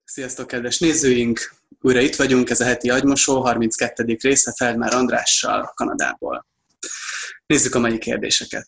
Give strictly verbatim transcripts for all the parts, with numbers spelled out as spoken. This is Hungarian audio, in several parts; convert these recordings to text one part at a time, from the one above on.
Sziasztok, kedves nézőink! Újra itt vagyunk, ez a heti agymosó, harminckettedik része Feldmár Andrással, Kanadából. Nézzük a mai kérdéseket.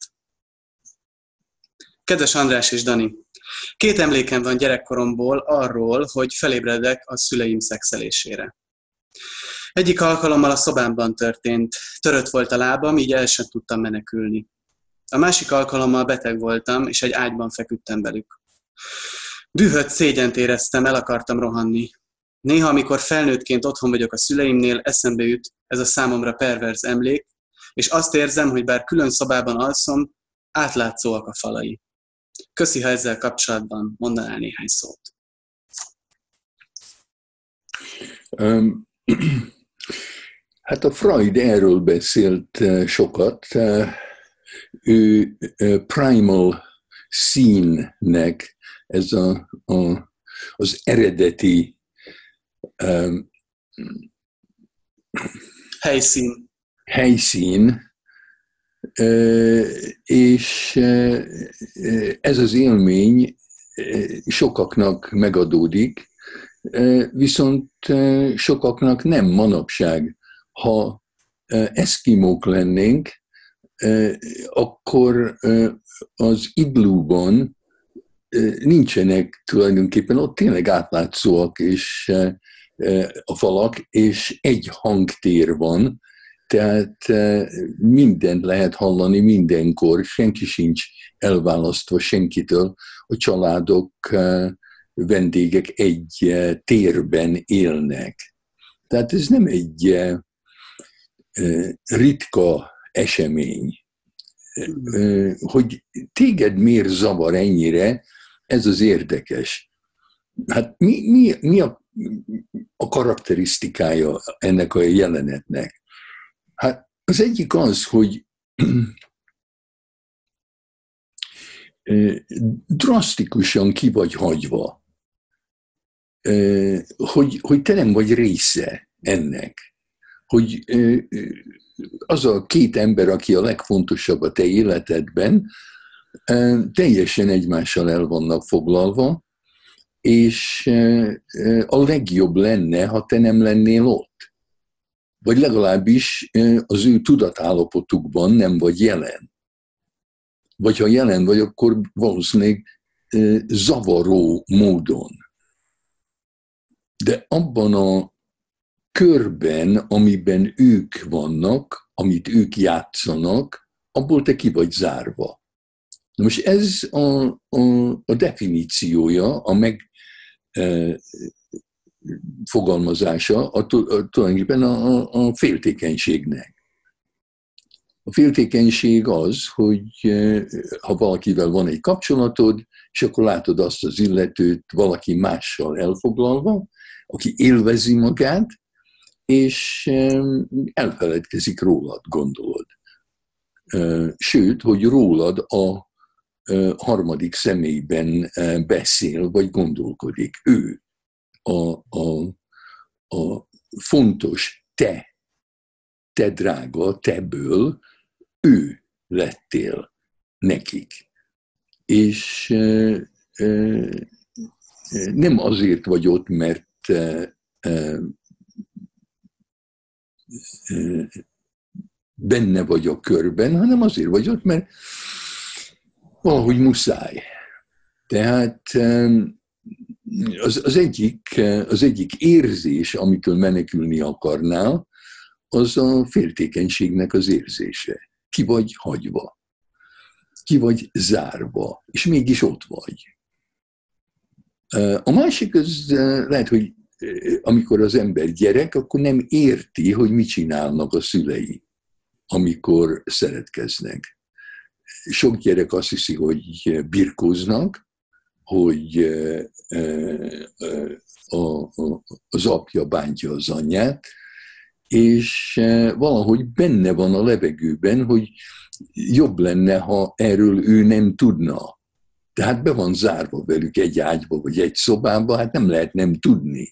Kedves András és Dani! Két emlékem van gyerekkoromból arról, hogy felébredek a szüleim szexelésére. Egyik alkalommal a szobámban történt. Törött volt a lábam, így el sem tudtam menekülni. A másik alkalommal beteg voltam, és egy ágyban feküdtem velük. Dühött szégyent éreztem, el akartam rohanni. Néha, amikor felnőttként otthon vagyok a szüleimnél, eszembe jut ez a számomra perverz emlék, és azt érzem, hogy bár külön szobában alszom, átlátszóak a falai. Köszi, ha ezzel kapcsolatban mondanál néhány szót. Um, hát a Freud erről beszélt sokat. Ő primal scene-nek, ez a, a, az eredeti um, helyszín. helyszín, és ez az élmény sokaknak megadódik, viszont sokaknak nem manapság. Ha eszkimók lennénk, akkor az iglúban nincsenek tulajdonképpen, ott tényleg átlátszóak és a falak, és egy hangtér van, tehát mindent lehet hallani mindenkor, senki sincs elválasztva senkitől, a családok, vendégek egy térben élnek. Tehát ez nem egy ritka esemény. Hogy téged miért zavar ennyire, ez az érdekes. Hát mi, mi, mi a, a karakterisztikája ennek a jelenetnek? Hát az egyik az, hogy drasztikusan ki vagy hagyva, hogy, hogy te nem vagy része ennek. Hogy az a két ember, aki a legfontosabb a te életedben, teljesen egymással el vannak foglalva, és a legjobb lenne, ha te nem lennél ott. Vagy legalábbis az ő tudatállapotukban nem vagy jelen. Vagy ha jelen vagy, akkor valószínűleg zavaró módon. De abban a körben, amiben ők vannak, amit ők játszanak, abból te ki vagy zárva. Na most ez a, a, a definíciója, a megfogalmazása a, a, tulajdonképpen a, a, a féltékenységnek. A féltékenység az, hogy ha valakivel van egy kapcsolatod, és akkor látod azt az illetőt valaki mással elfoglalva, aki élvezi magát, és elfeledkezik rólad, gondolod. Sőt, hogy rólad a harmadik személyben beszél, vagy gondolkodik. Ő a, a, a fontos te, te drága, teből, ő lettél nekik. És nem azért vagy ott, mert benne vagy a körben, hanem azért vagy ott, mert valahogy muszáj. Tehát az, az, egyik, az egyik érzés, amitől menekülni akarnál, az a féltékenységnek az érzése. Ki vagy hagyva, ki vagy zárva, és mégis ott vagy. A másik az lehet, hogy amikor az ember gyerek, akkor nem érti, hogy mit csinálnak a szülei, amikor szeretkeznek. Sok gyerek azt hiszi, hogy birkóznak, hogy az apja bántja az anyját, és valahogy benne van a levegőben, hogy jobb lenne, ha erről ő nem tudna. Tehát be van zárva velük egy ágyba, vagy egy szobába, hát nem lehet nem tudni.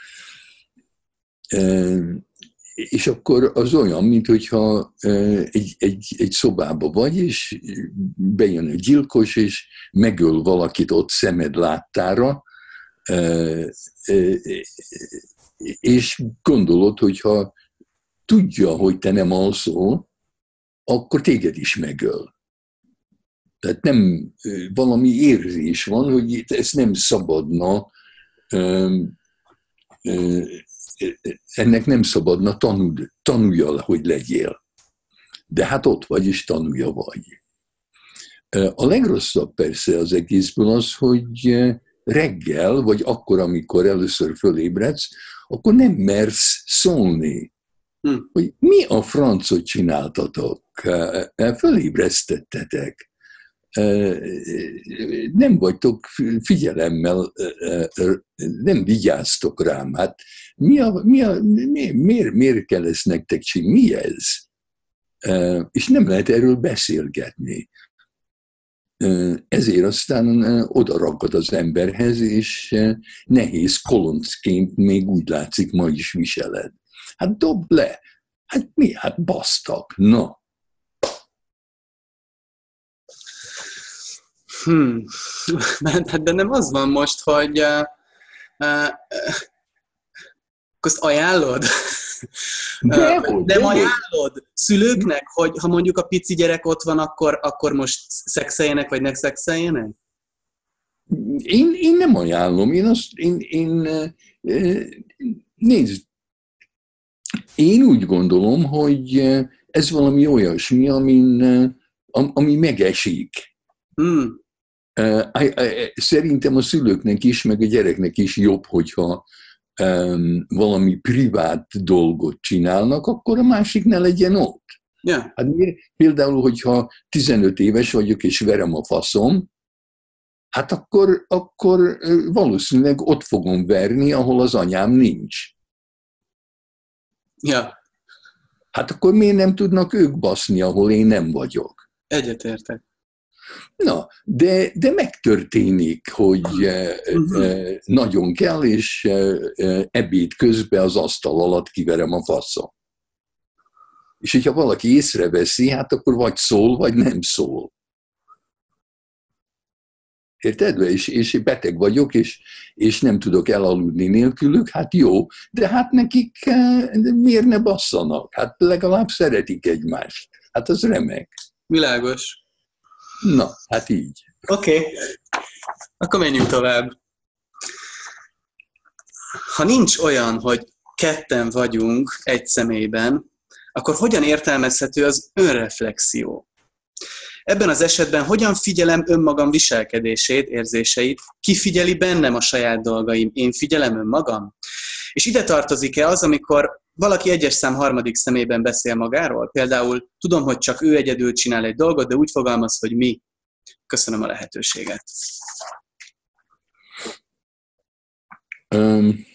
És akkor az olyan, mintha egy, egy, egy szobába vagy, és bejön a gyilkos, és megöl valakit ott szemed láttára, És gondolod, hogyha tudja, hogy te nem alszol, akkor téged is megöl. Tehát nem valami érzés van, hogy ezt nem szabadna, ennek nem szabadna tanul, tanulja, hogy legyél. De hát ott vagy, és tanulja vagy. A legrosszabb persze az egészből az, hogy reggel, vagy akkor, amikor először fölébredsz, akkor nem mersz szólni. Hm. Hogy mi a francot csináltatok? Fölébresztettetek. Nem vagytok figyelemmel, nem vigyáztok rám. Hát mi a, mi a, mi, miért, miért kell ezt nektek csinálni? Mi ez? És nem lehet erről beszélgetni. Ezért aztán oda ragad az emberhez, és nehéz koloncként még úgy látszik, ma is viseled. Hát dob le! Hát mi? Hát basztak! Na! Hmm. De nem az van most, hogy uh, uh, azt ajánlod? De, uh, hogy, nem de ajánlod szülőknek, hogy ha mondjuk a pici gyerek ott van, akkor, akkor most szexeljenek, vagy ne szexeljenek? Én, én nem ajánlom. Én azt, én, én, nézd, én úgy gondolom, hogy ez valami olyasmi, amin, ami megesik. Hmm. Szerintem a szülőknek is, meg a gyereknek is jobb, hogyha um, valami privát dolgot csinálnak, akkor a másik ne legyen ott. Yeah. Hát például, hogyha tizenöt éves vagyok, és verem a faszom, hát akkor, akkor valószínűleg ott fogom verni, ahol az anyám nincs. Yeah. Hát akkor miért nem tudnak ők baszni, ahol én nem vagyok? Egyetértek. Na, de, de megtörténik, hogy uh-huh. nagyon kell, és ebéd közben az asztal alatt kiverem a faszom. És hogyha valaki észreveszi, hát akkor vagy szól, vagy nem szól. Érted? És, és beteg vagyok, és, és nem tudok elaludni nélkülük, hát jó, de hát nekik miért ne basszanak? Hát legalább szeretik egymást. Hát az remek. Világos. Na, hát így. Oké, okay. Akkor menjünk tovább. Ha nincs olyan, hogy ketten vagyunk egy személyben, akkor hogyan értelmezhető az önreflexió? Ebben az esetben hogyan figyelem önmagam viselkedését, érzéseit, ki figyeli bennem a saját dolgaim, én figyelem önmagam? És ide tartozik-e az, amikor valaki egyes szám harmadik személyben beszél magáról? Például tudom, hogy csak ő egyedül csinál egy dolgot, de úgy fogalmaz, hogy mi. Köszönöm a lehetőséget. Um.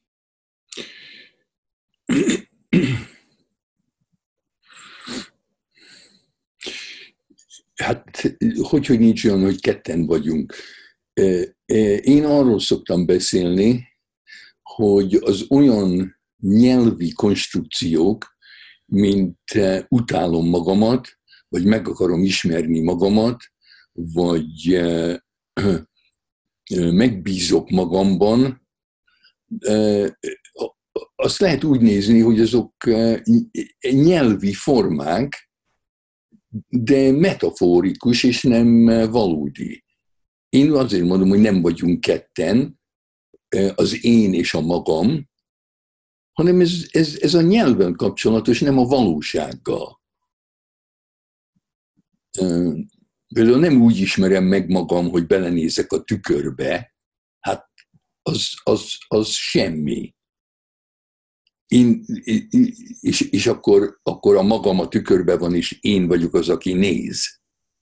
Hát, hogy, hogy nincs olyan, hogy ketten vagyunk. Én arról szoktam beszélni, hogy az olyan nyelvi konstrukciók, mint utálom magamat, vagy meg akarom ismerni magamat, vagy megbízok magamban, azt lehet úgy nézni, hogy azok nyelvi formák, de metaforikus és nem valódi. Én azért mondom, hogy nem vagyunk ketten, az én és a magam, hanem ez, ez, ez a nyelven kapcsolatos, nem a valósággal. Például nem úgy ismerem meg magam, hogy belenézek a tükörbe, hát az, az, az semmi. Én, és és akkor, akkor a magam a tükörbe van, és én vagyok az, aki néz.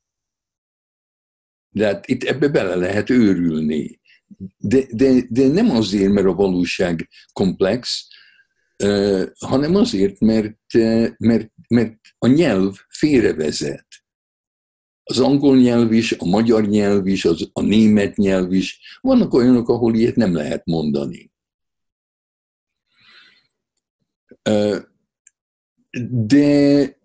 De hát itt ebbe bele lehet őrülni. De, de, de nem azért, mert a valóság komplex, uh, hanem azért, mert, uh, mert, mert a nyelv félrevezet. Az angol nyelv is, a magyar nyelv is, az, a német nyelv is. Vannak olyanok, ahol ilyet nem lehet mondani. De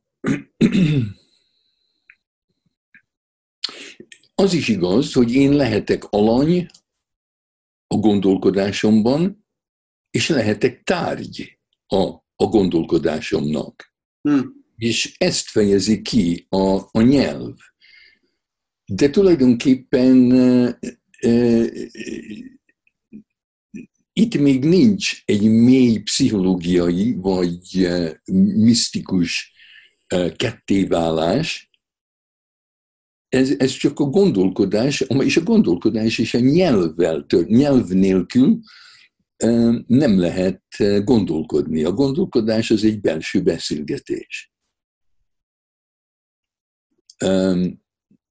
az is igaz, hogy én lehetek alany, a gondolkodásomban, és lehetek tárgy a, a gondolkodásomnak. Hmm. És ezt fejezi ki a, a nyelv. De tulajdonképpen e, e, itt még nincs egy mély pszichológiai vagy e, misztikus e, kettéválás. Ez, ez csak a gondolkodás, és a gondolkodás is a nyelvvel tört, nyelv nélkül e, nem lehet gondolkodni. A gondolkodás az egy belső beszélgetés. Um,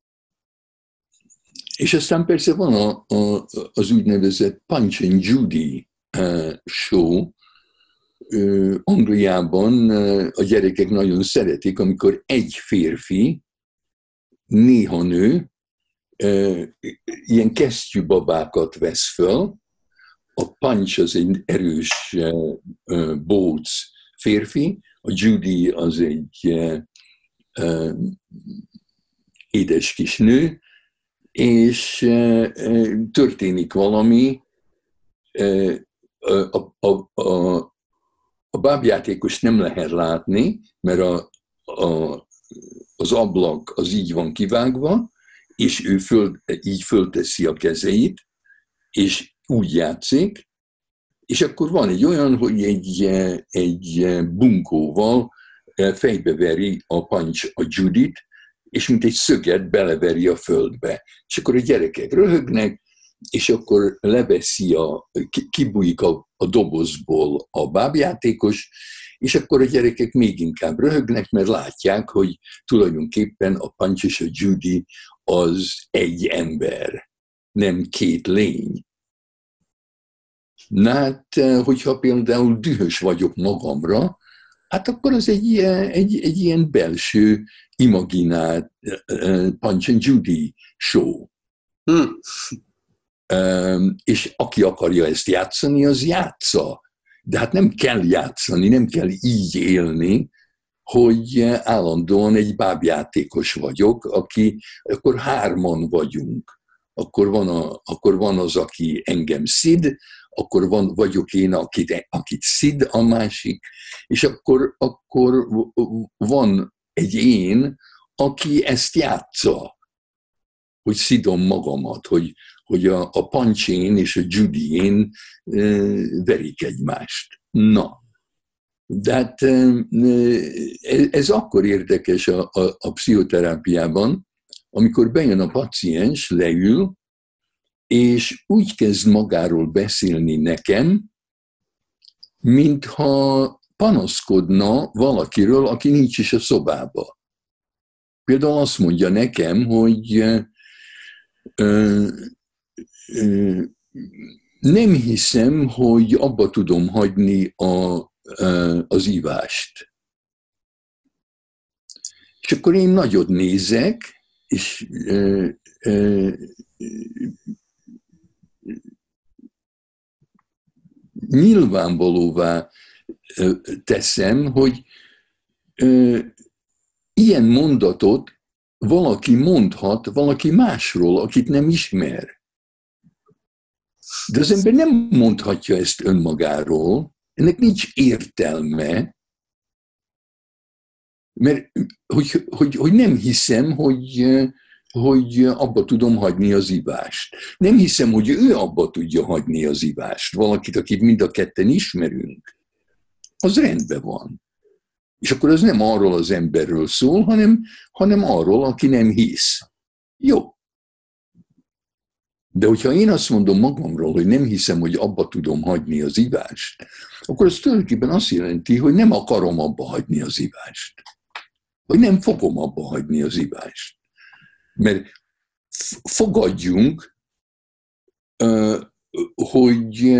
és aztán persze van a, a, az úgynevezett Punch and Judy uh, show. Uh, Angliában uh, a gyerekek nagyon szeretik, amikor egy férfi, néha nő, uh, ilyen kesztyűbabákat vesz föl. A Punch az egy erős uh, uh, bóc férfi, a Judy az egy uh, uh, édes kis nő, és uh, történik valami, uh, a, a, a, a bábjátékos nem lehet látni, mert a, a, az ablak az így van kivágva, és ő föl, így fölteszi a kezeit, és úgy játszik, és akkor van egy olyan, hogy egy, egy bunkóval fejbeveri a Punch a Judit, és mint egy szöget beleveri a földbe. És akkor a gyerekek röhögnek, és akkor leveszi, a, kibújik a, a dobozból a bábjátékos, és akkor a gyerekek még inkább röhögnek, mert látják, hogy tulajdonképpen a Punch és a Judy az egy ember, nem két lény. Na hát, hogyha például dühös vagyok magamra, hát akkor az egy, egy, egy ilyen belső, imaginált uh, Punch and Judy show. Hmm. Um, és aki akarja ezt játszani, az játsza. De hát nem kell játszani, nem kell így élni, hogy állandóan egy bábjátékos vagyok, aki, akkor hárman vagyunk. Akkor van, a, akkor van az, aki engem szid, akkor van, vagyok én, akit, akit szid a másik, és akkor, akkor van egy én, aki ezt játsza, hogy szidom magamat, hogy, hogy a, a Punch-én és a Judy-én e, verik egymást. Na, de hát e, ez akkor érdekes a, a, a pszichoterápiában, amikor bejön a paciens, leül, és úgy kezd magáról beszélni nekem, mintha panaszkodna valakiről, aki nincs is a szobába. Például azt mondja nekem, hogy ö, ö, nem hiszem, hogy abba tudom hagyni a, ö, az ívást. És akkor én nagyot nézek, és ö, ö, nyilvánvalóvá teszem, hogy ö, ilyen mondatot valaki mondhat valaki másról, akit nem ismer. De az ember nem mondhatja ezt önmagáról, ennek nincs értelme, mert hogy, hogy, hogy nem hiszem, hogy, hogy abba tudom hagyni az ivást. Nem hiszem, hogy ő abba tudja hagyni az ivást. Valakit, akit mind a ketten ismerünk, az rendben van. És akkor az nem arról az emberről szól, hanem, hanem arról, aki nem hisz. Jó. De hogyha én azt mondom magamról, hogy nem hiszem, hogy abba tudom hagyni az ivást, akkor az tulajdonképpen azt jelenti, hogy nem akarom abba hagyni az ivást. Vagy nem fogom abba hagyni az ivást. Mert fogadjunk, hogy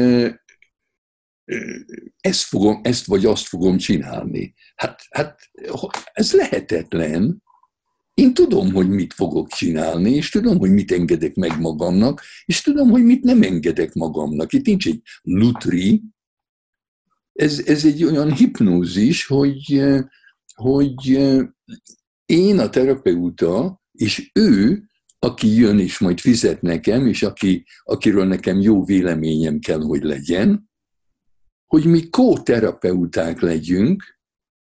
ezt, fogom, ezt vagy azt fogom csinálni. Hát, hát ez lehetetlen. Én tudom, hogy mit fogok csinálni, és tudom, hogy mit engedek meg magamnak, és tudom, hogy mit nem engedek magamnak. Itt nincs egy lutri. Ez, ez egy olyan hipnózis, hogy, hogy én a terapeuta, és ő aki jön és majd fizet nekem, és aki, akiről nekem jó véleményem kell, hogy legyen, hogy mi kóterapeuták legyünk,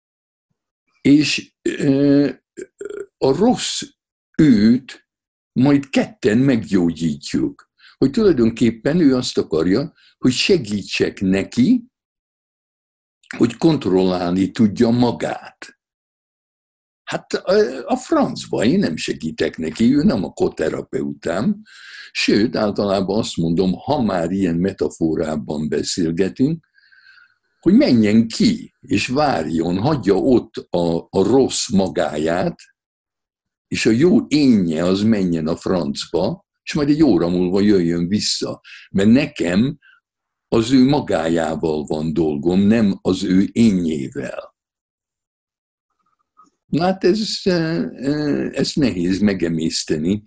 és a rossz őt majd ketten meggyógyítjuk. Hogy tulajdonképpen ő azt akarja, hogy segítsek neki, hogy kontrollálni tudja magát. Hát a francba én nem segítek neki, ő nem a koterapeutám, sőt, általában azt mondom, ha már ilyen metaforában beszélgetünk, hogy menjen ki, és várjon, hagyja ott a, a rossz magáját, és a jó énje az menjen a francba, és majd egy óra múlva jöjjön vissza. Mert nekem az ő magájával van dolgom, nem az ő énjével. Hát ez, ez nehéz megemészteni.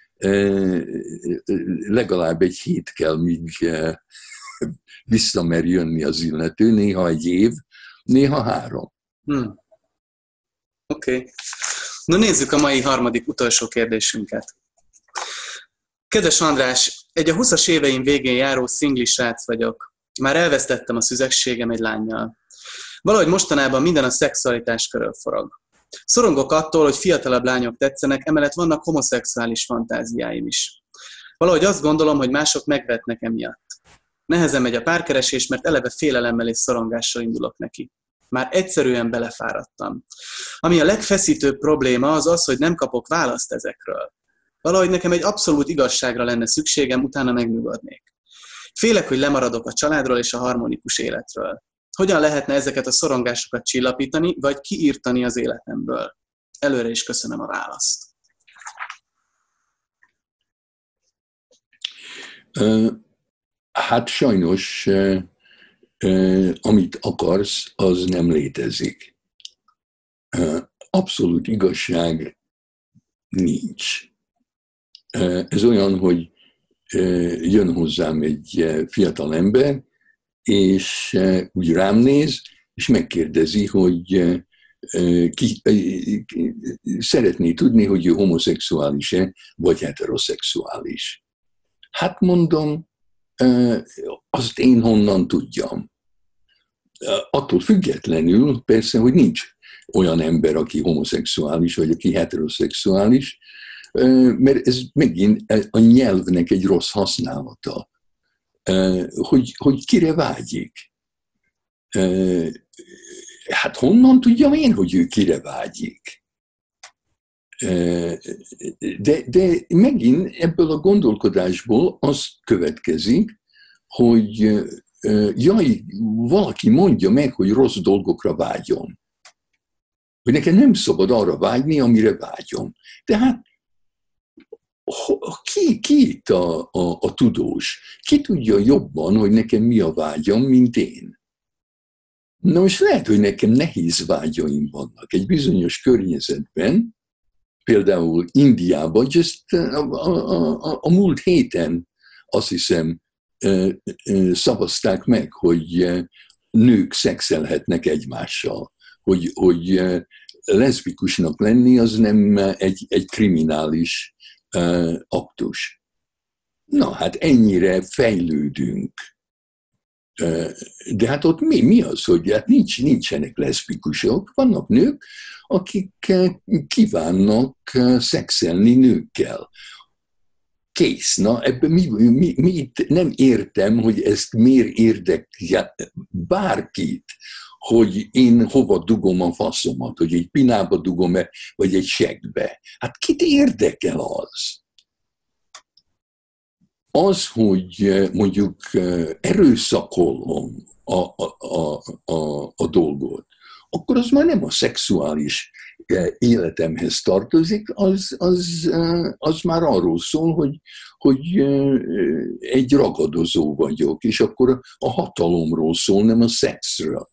Legalább egy hét kell, míg visszamer jönni az illető, néha egy év, néha három. Hmm. Oké. Okay. Na nézzük a mai harmadik utolsó kérdésünket. Kedves András, egy a huszas éveim végén járó szingli srác vagyok. Már elvesztettem a szüzességem egy lánnyal. Valahogy mostanában minden a szexualitás körül forog. Szorongok attól, hogy fiatalabb lányok tetszenek, emellett vannak homoszexuális fantáziáim is. Valahogy azt gondolom, hogy mások megvetnek emiatt. Nehezen megy a párkeresés, mert eleve félelemmel és szorongással indulok neki. Már egyszerűen belefáradtam. Ami a legfeszítőbb probléma az az, hogy nem kapok választ ezekről. Valahogy nekem egy abszolút igazságra lenne szükségem, utána megnyugodnék. Félek, hogy lemaradok a családról és a harmonikus életről. Hogyan lehetne ezeket a szorongásokat csillapítani, vagy kiírtani az életemből? Előre is köszönöm a választ. Hát sajnos, amit akarsz, az nem létezik. Abszolút igazság nincs. Ez olyan, hogy jön hozzám egy fiatal ember, és úgy rám néz, és megkérdezi, hogy ki, szeretné tudni, hogy ő homoszexuális-e, vagy heteroszexuális. Hát mondom, azt én honnan tudjam. Attól függetlenül persze, hogy nincs olyan ember, aki homoszexuális, vagy aki heteroszexuális, mert ez megint a nyelvnek egy rossz használata. Hogy, hogy kire vágyik. Hát honnan tudjam én, hogy ő kire vágyik? De, de megint ebből a gondolkodásból az következik, hogy jaj, valaki mondja meg, hogy rossz dolgokra vágyom. Hogy nekem nem szabad arra vágyni, amire vágyom. Tehát Ki, ki itt a, a, a tudós? Ki tudja jobban, hogy nekem mi a vágyam, mint én? Na most lehet, hogy nekem nehéz vágyaim vannak. Egy bizonyos környezetben, például Indiában, just a, a, a, a múlt héten azt hiszem szavazták meg, hogy nők szexelhetnek egymással, hogy, hogy leszbikusnak lenni az nem egy, egy kriminális aktus. Na hát ennyire fejlődünk. De hát ott mi, mi az, hogy hát nincs, nincsenek leszbikusok, vannak nők, akik kívánnak szexelni nőkkel. Kész. Na, ebben mi, mi, mi itt nem értem, hogy ezt miért érdekel bárkit, hogy én hova dugom a faszomat, hogy egy pinába dugom-e, vagy egy segbe. Hát kit érdekel az? Az, hogy mondjuk erőszakolom a, a, a, a, a dolgot, akkor az már nem a szexuális életemhez tartozik, az, az, az már arról szól, hogy, hogy egy ragadozó vagyok, és akkor a hatalomról szól, nem a szexről.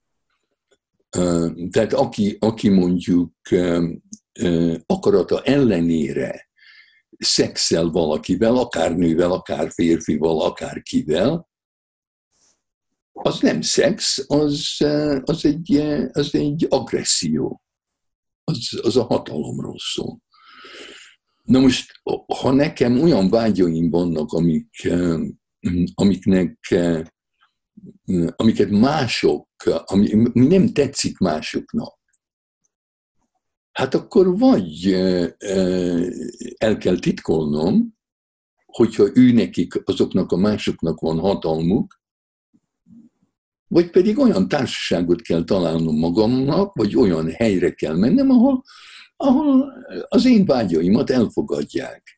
Tehát aki, aki mondjuk akarata ellenére szexel valakivel, akár nővel, akár férfival, akár kivel, az nem szex, az, az, egy, az egy agresszió. Az, az a hatalomról szól. Na most, ha nekem olyan vágyaim vannak, amik, amiknek, amiket mások, ami, ami nem tetszik másoknak, hát akkor vagy el kell titkolnom, hogyha ő nekik, azoknak a másoknak van hatalmuk, vagy pedig olyan társaságot kell találnom magamnak, vagy olyan helyre kell mennem, ahol, ahol az én vágyaimat elfogadják.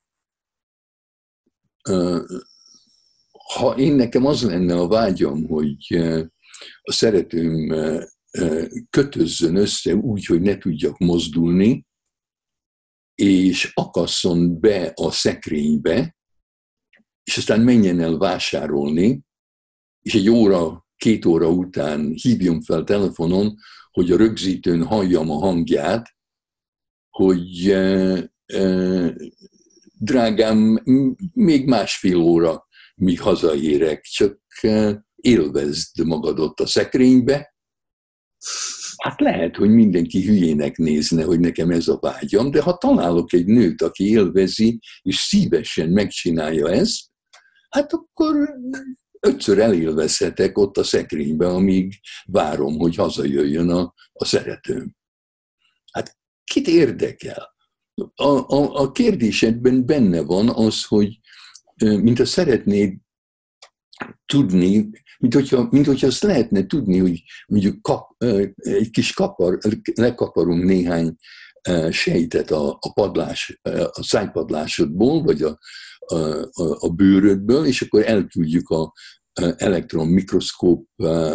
Ha én nekem az lenne a vágyam, hogy a szeretőm kötözzön össze úgy, hogy ne tudjak mozdulni, és akasszon be a szekrénybe, és aztán menjen el vásárolni, és egy óra, két óra után hívjon fel telefonon, hogy a rögzítőn halljam a hangját, hogy e, e, drágám, még másfél óra, míg hazaérek, csak e, élvezd magad ott a szekrénybe. Hát lehet, hogy mindenki hülyének nézne, hogy nekem ez a vágyam, de ha találok egy nőt, aki élvezi, és szívesen megcsinálja ezt, hát akkor ötször elélvezhetek ott a szekrényben, amíg várom, hogy hazajöjjön a, a szeretőm. Hát kit érdekel? A, a, a kérdésedben benne van az, hogy mint azt szeretnéd tudni, mint hogyha, mint hogyha azt lehetne tudni, hogy mondjuk kap, egy kis kapar, lekaparunk néhány sejtet a, a, padlás, a szájpadlásodból, vagy a, a, a bőrödből, és akkor elküldjük a elektron mikroszkóp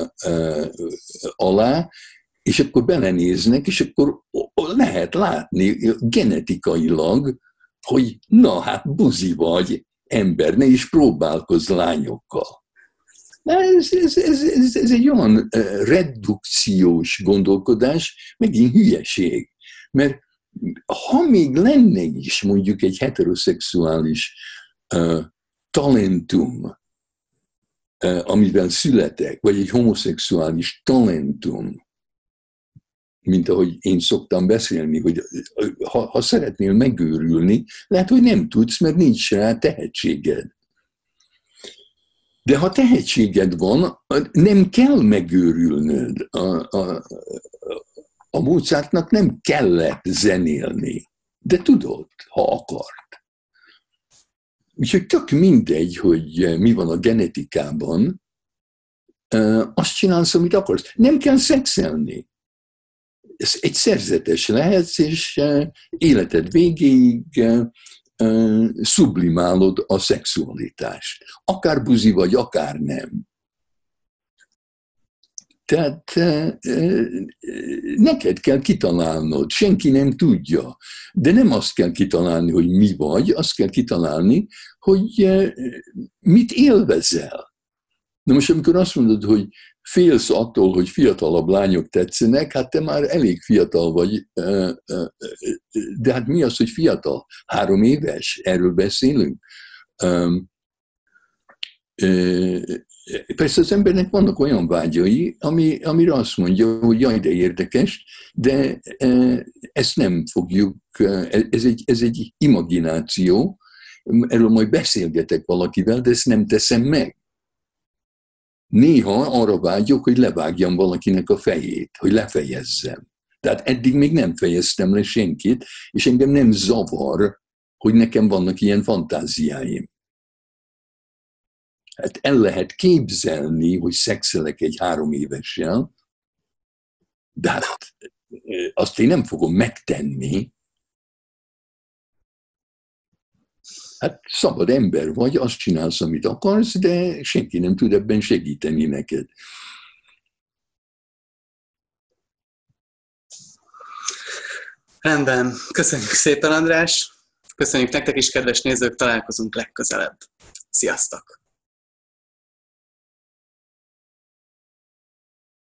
alá, és akkor belenéznek, és akkor lehet látni genetikailag, hogy na hát buzi vagy, ember, ne is próbálkozz lányokkal. Ez, ez, ez, ez, ez egy olyan redukciós gondolkodás, megint hülyeség. Mert ha még lenne is mondjuk egy heteroszexuális uh, talentum, uh, amivel születek, vagy egy homoszexuális talentum, mint ahogy én szoktam beszélni, hogy ha, ha szeretnél megőrülni, lehet, hogy nem tudsz, mert nincs rá tehetséged. De ha tehetséged van, nem kell megőrülnöd. A, a, a Mozartnak nem kellett zenélni, de tudod, ha akart. Úgyhogy tök mindegy, hogy mi van a genetikában, azt csinálsz, amit akarsz. Nem kell szexelni. Egy szerzetes lehetsz, és életed végéig sublimálod a szexualitást. Akár buzi vagy, akár nem. Tehát neked kell kitalálnod, senki nem tudja. De nem azt kell kitalálni, hogy mi vagy, azt kell kitalálni, hogy mit élvezel. Na most, amikor azt mondod, hogy félsz attól, hogy fiatalabb lányok tetszenek, hát te már elég fiatal vagy, de hát mi az, hogy fiatal? Három éves? Erről beszélünk? Persze az embernek vannak olyan vágyai, ami, amire azt mondja, hogy jaj, de érdekes, de ezt nem fogjuk, ez egy, ez egy imagináció, erről majd beszélgetek valakivel, de ezt nem teszem meg. Néha arra vágyok, hogy levágjam valakinek a fejét, hogy lefejezzem. Tehát eddig még nem fejeztem le senkit, és engem nem zavar, hogy nekem vannak ilyen fantáziáim. Hát el lehet képzelni, hogy szexelek egy három évessel, de hát azt én nem fogom megtenni. Hát szabad ember vagy, azt csinálsz, amit akarsz, de senki nem tud ebben segíteni neked. Rendben. Köszönjük szépen, András. Köszönjük nektek is, kedves nézők, találkozunk legközelebb. Sziasztok!